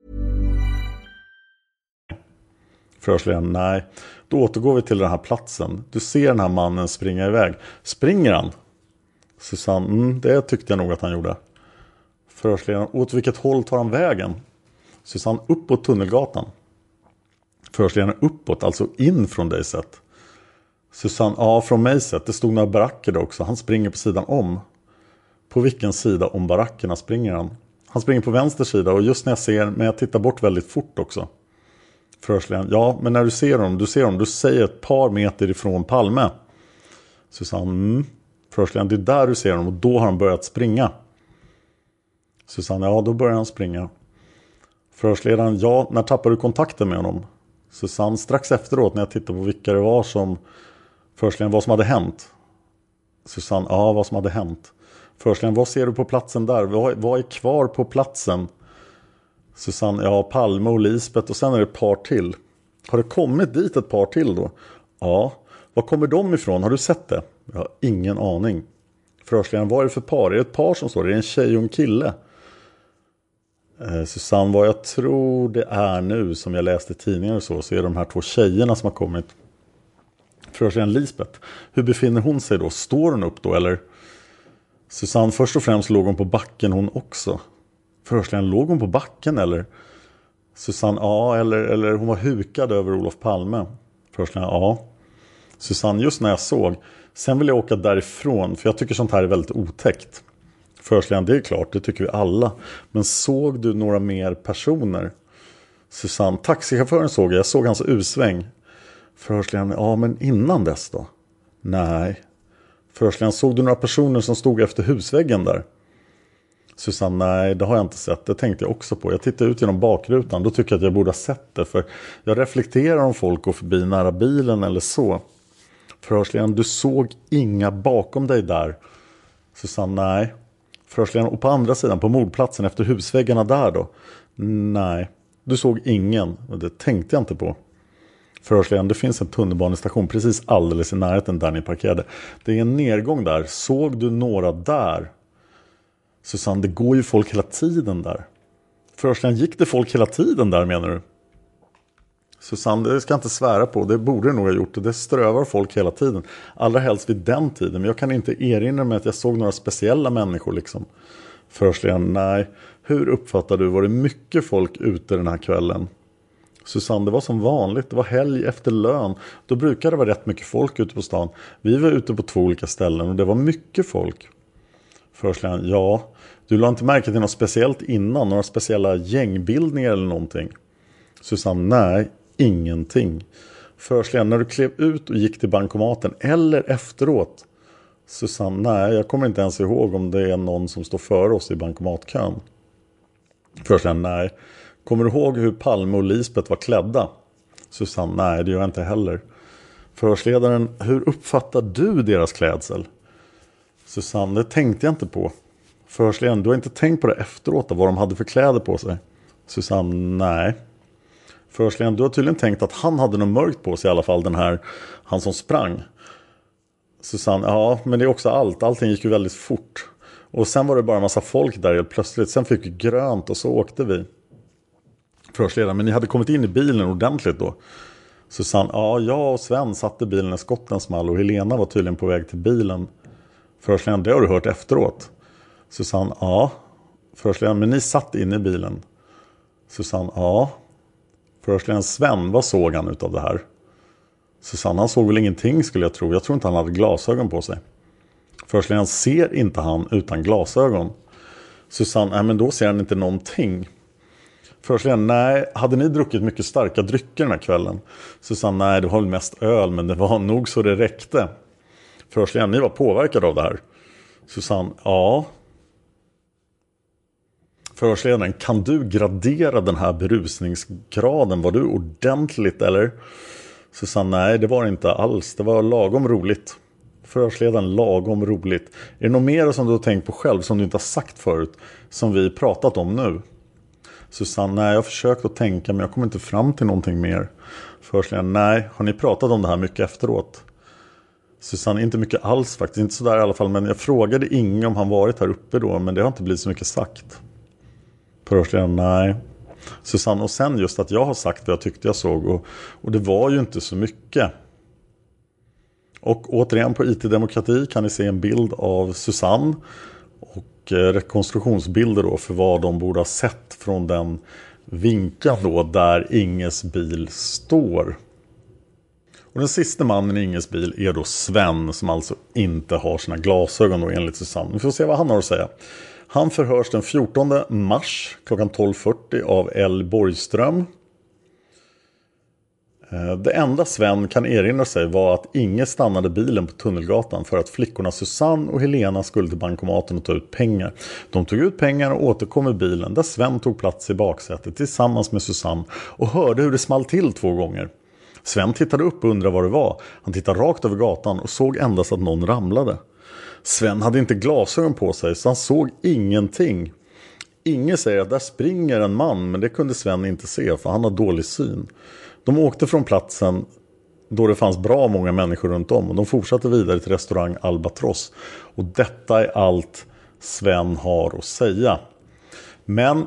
Förhörsledaren, nej. Då återgår vi till den här platsen. Du ser den här mannen springa iväg. Springer han? Susanne, det tyckte jag nog att han gjorde. Förhörsledaren, åt vilket håll tar han vägen? Susanne, uppåt Tunnelgatan. Förhörsledaren, uppåt, alltså in från dig sett. Susanne, ja, från mig sett. Det stod några baracker där också. Han springer på sidan om. På vilken sida om barackerna springer han? Han springer på vänster sida, och just när jag ser, men jag tittar bort väldigt fort också. Förhörsledaren, ja, men när du ser honom, du säger ett par meter ifrån Palme. Susanne, Förhörsledaren, det är där du ser honom, och då har han börjat springa. Susanne, ja, då börjar han springa. Förhörsledaren, ja, när tappar du kontakten med honom? Susanne, strax efteråt när jag tittar på vilka det var som... Förhörsledaren, vad som hade hänt? Susanne, ja, vad som hade hänt. Förhörsledaren, vad ser du på platsen där? Vad är kvar på platsen? Susanne, ja, Palme och Lisbeth, och sen är det ett par till. Har det kommit dit ett par till då? Ja. Var kommer de ifrån? Har du sett det? Jag har ingen aning. Förhörsledaren, vad är det för par? Är det ett par som står? Det är en tjej och en kille. Susanne, vad jag tror det är nu, som jag läste i tidningar och så är de här 2 tjejerna som har kommit. Förhörsledaren, Lisbeth, hur befinner hon sig då? Står hon upp då, eller? Susanne, först och främst låg hon på backen hon också. Förhörsledaren, låg hon på backen eller? Susanne, ja, eller hon var hukad över Olof Palme. Förhörsledaren, ja. Susanne, just när jag såg. Sen vill jag åka därifrån, för jag tycker sånt här är väldigt otäckt. Förhörsledaren, det är klart, det tycker vi alla. Men såg du några mer personer? Susanne, taxichauffören såg jag såg hans usväng. Förhörsledaren, ja, men innan dess då? Nej. Förhörsledaren, såg du några personer som stod efter husväggen där? Susanne, nej, det har jag inte sett. Det tänkte jag också på. Jag tittade ut genom bakrutan. Då tycker jag att jag borde ha sett det. För jag reflekterar om folk går förbi nära bilen eller så. Förhörsledaren, du såg inga bakom dig där. Susanne, nej. Förhörsledaren, och på andra sidan, på mordplatsen efter husväggarna där då? Nej, du såg ingen. Det tänkte jag inte på. Förhörsledaren, det finns en tunnelbanestation precis alldeles i närheten där ni parkerade. Det är en nedgång där. Såg du några där? Susanne, det går ju folk hela tiden där. Förhörsledaren, gick det folk hela tiden där menar du? Susanne, det ska jag inte svära på. Det borde nog ha gjort det. Det strövar folk hela tiden. Allra helst vid den tiden. Men jag kan inte erinra mig att jag såg några speciella människor liksom. Förhörsledaren, nej. Hur uppfattar du? Var det mycket folk ute den här kvällen? Susanne, det var som vanligt. Det var helg efter lön. Då brukar det vara rätt mycket folk ute på stan. Vi var ute på 2 olika ställen och det var mycket folk. Förhörsledaren, ja. Du lade inte märke till något speciellt innan? Några speciella gängbildningar eller någonting? Susanne, nej. Ingenting. Förhörsledaren, när du klev ut och gick till bankomaten eller efteråt? Susanne, nej, jag kommer inte ens ihåg om det är någon som står för oss i bankomatkön. Förhörsledaren, nej. Kommer du ihåg hur Palme och Lisbeth var klädda? Susanne, nej, det gör jag inte heller. Förhörsledaren, hur uppfattar du deras klädsel? Susanne, det tänkte jag inte på. Förhörsledaren, du har inte tänkt på det efteråt, vad de hade för kläder på sig? Susanne, nej. Förhörsledaren, du har tydligen tänkt att han hade något mörkt på sig i alla fall, han som sprang. Susanne, ja, men det är också allting gick ju väldigt fort. Och sen var det bara en massa folk där helt plötsligt, sen fick vi grönt och så åkte vi. Förhörsledaren, men ni hade kommit in i bilen ordentligt då? Susanne, ja, jag och Sven satt i bilen när skotten small och Helena var tydligen på väg till bilen. Förhörsledaren, det har du hört efteråt? Susanne, ja. Förhörsledaren, men ni satt inne i bilen? Susanne, ja. Förhörsledaren, Sven, vad såg han utav det här? Susanne, han såg väl ingenting skulle jag tro. Jag tror inte han hade glasögon på sig. Förhörsledaren, ser inte han utan glasögon? Susanne, nej men då ser han inte någonting. Förhörsledaren, nej, hade ni druckit mycket starka drycker den här kvällen? Susanne, nej, det var väl mest öl, men det var nog så det räckte. Förhörsledaren, ni var påverkade av det här? Susanne, ja. Förhörsledaren, kan du gradera den här berusningsgraden? Var du ordentligt eller? Susanne, nej, det var inte alls. Det var lagom roligt. Förhörsledaren, lagom roligt. Är det något mer som du har tänkt på själv som du inte har sagt förut, som vi pratat om nu? Susanne, nej, jag har försökt att tänka men jag kommer inte fram till någonting mer. Förhörsledaren, nej, har ni pratat om det här mycket efteråt? Susanne, inte mycket alls faktiskt, inte sådär i alla fall, men jag frågade Inge om han varit här uppe då, men det har inte blivit så mycket sagt. Förhörsledaren, nej. Susanne, och sen just att jag har sagt vad jag tyckte jag såg och det var ju inte så mycket. Och återigen på IT-demokrati kan ni se en bild av Susanne och rekonstruktionsbilder då för vad de borde ha sett från den vinkeln då där Inges bil står. Och den sista mannen i Inges bil är då Sven, som alltså inte har sina glasögon då enligt Susanne. Vi får se vad han har att säga. Han förhörs den 14 mars klockan 12.40 av L. Borgström. Det enda Sven kan erinra sig var att Inge stannade bilen på Tunnelgatan för att flickorna Susanne och Helena skulle till bankomaten och ta ut pengar. De tog ut pengar och återkom i bilen där Sven tog plats i baksätet tillsammans med Susanne och hörde hur det small till 2 gånger. Sven tittade upp och undrade vad det var. Han tittade rakt över gatan och såg endast att någon ramlade. Sven hade inte glasögon på sig så han såg ingenting. Inge säger att där springer en man, men det kunde Sven inte se för han har dålig syn. De åkte från platsen då det fanns bra många människor runt om och de fortsatte vidare till restaurang Albatross. Och detta är allt Sven har att säga. Men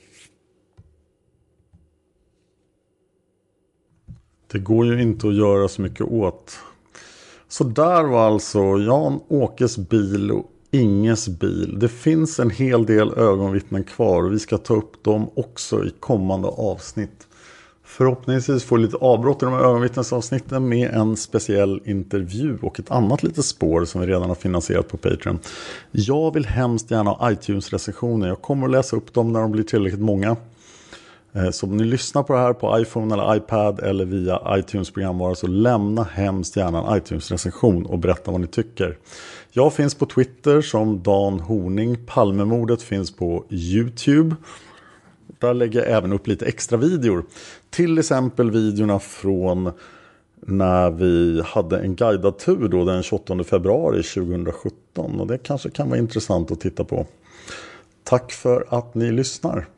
det går ju inte att göra så mycket åt. Så där var alltså Jan-Åkes bil och Inges bil. Det finns en hel del ögonvittnen kvar och vi ska ta upp dem också i kommande avsnitt. Förhoppningsvis får lite avbrott i de här ögonvittnesavsnitten med en speciell intervju och ett annat litet spår som vi redan har finansierat på Patreon. Jag vill hemskt gärna ha iTunes-recensioner. Jag kommer att läsa upp dem när de blir tillräckligt många. Så om ni lyssnar på det här på iPhone eller iPad eller via iTunes-programvara så lämna hemskt gärna en iTunes-recension och berätta vad ni tycker. Jag finns på Twitter som Dan Horning. Palmemordet finns på YouTube. Där lägger jag även upp lite extra videor. Till exempel videorna från när vi hade en guidad tur då den 28 februari 2017. Och det kanske kan vara intressant att titta på. Tack för att ni lyssnar.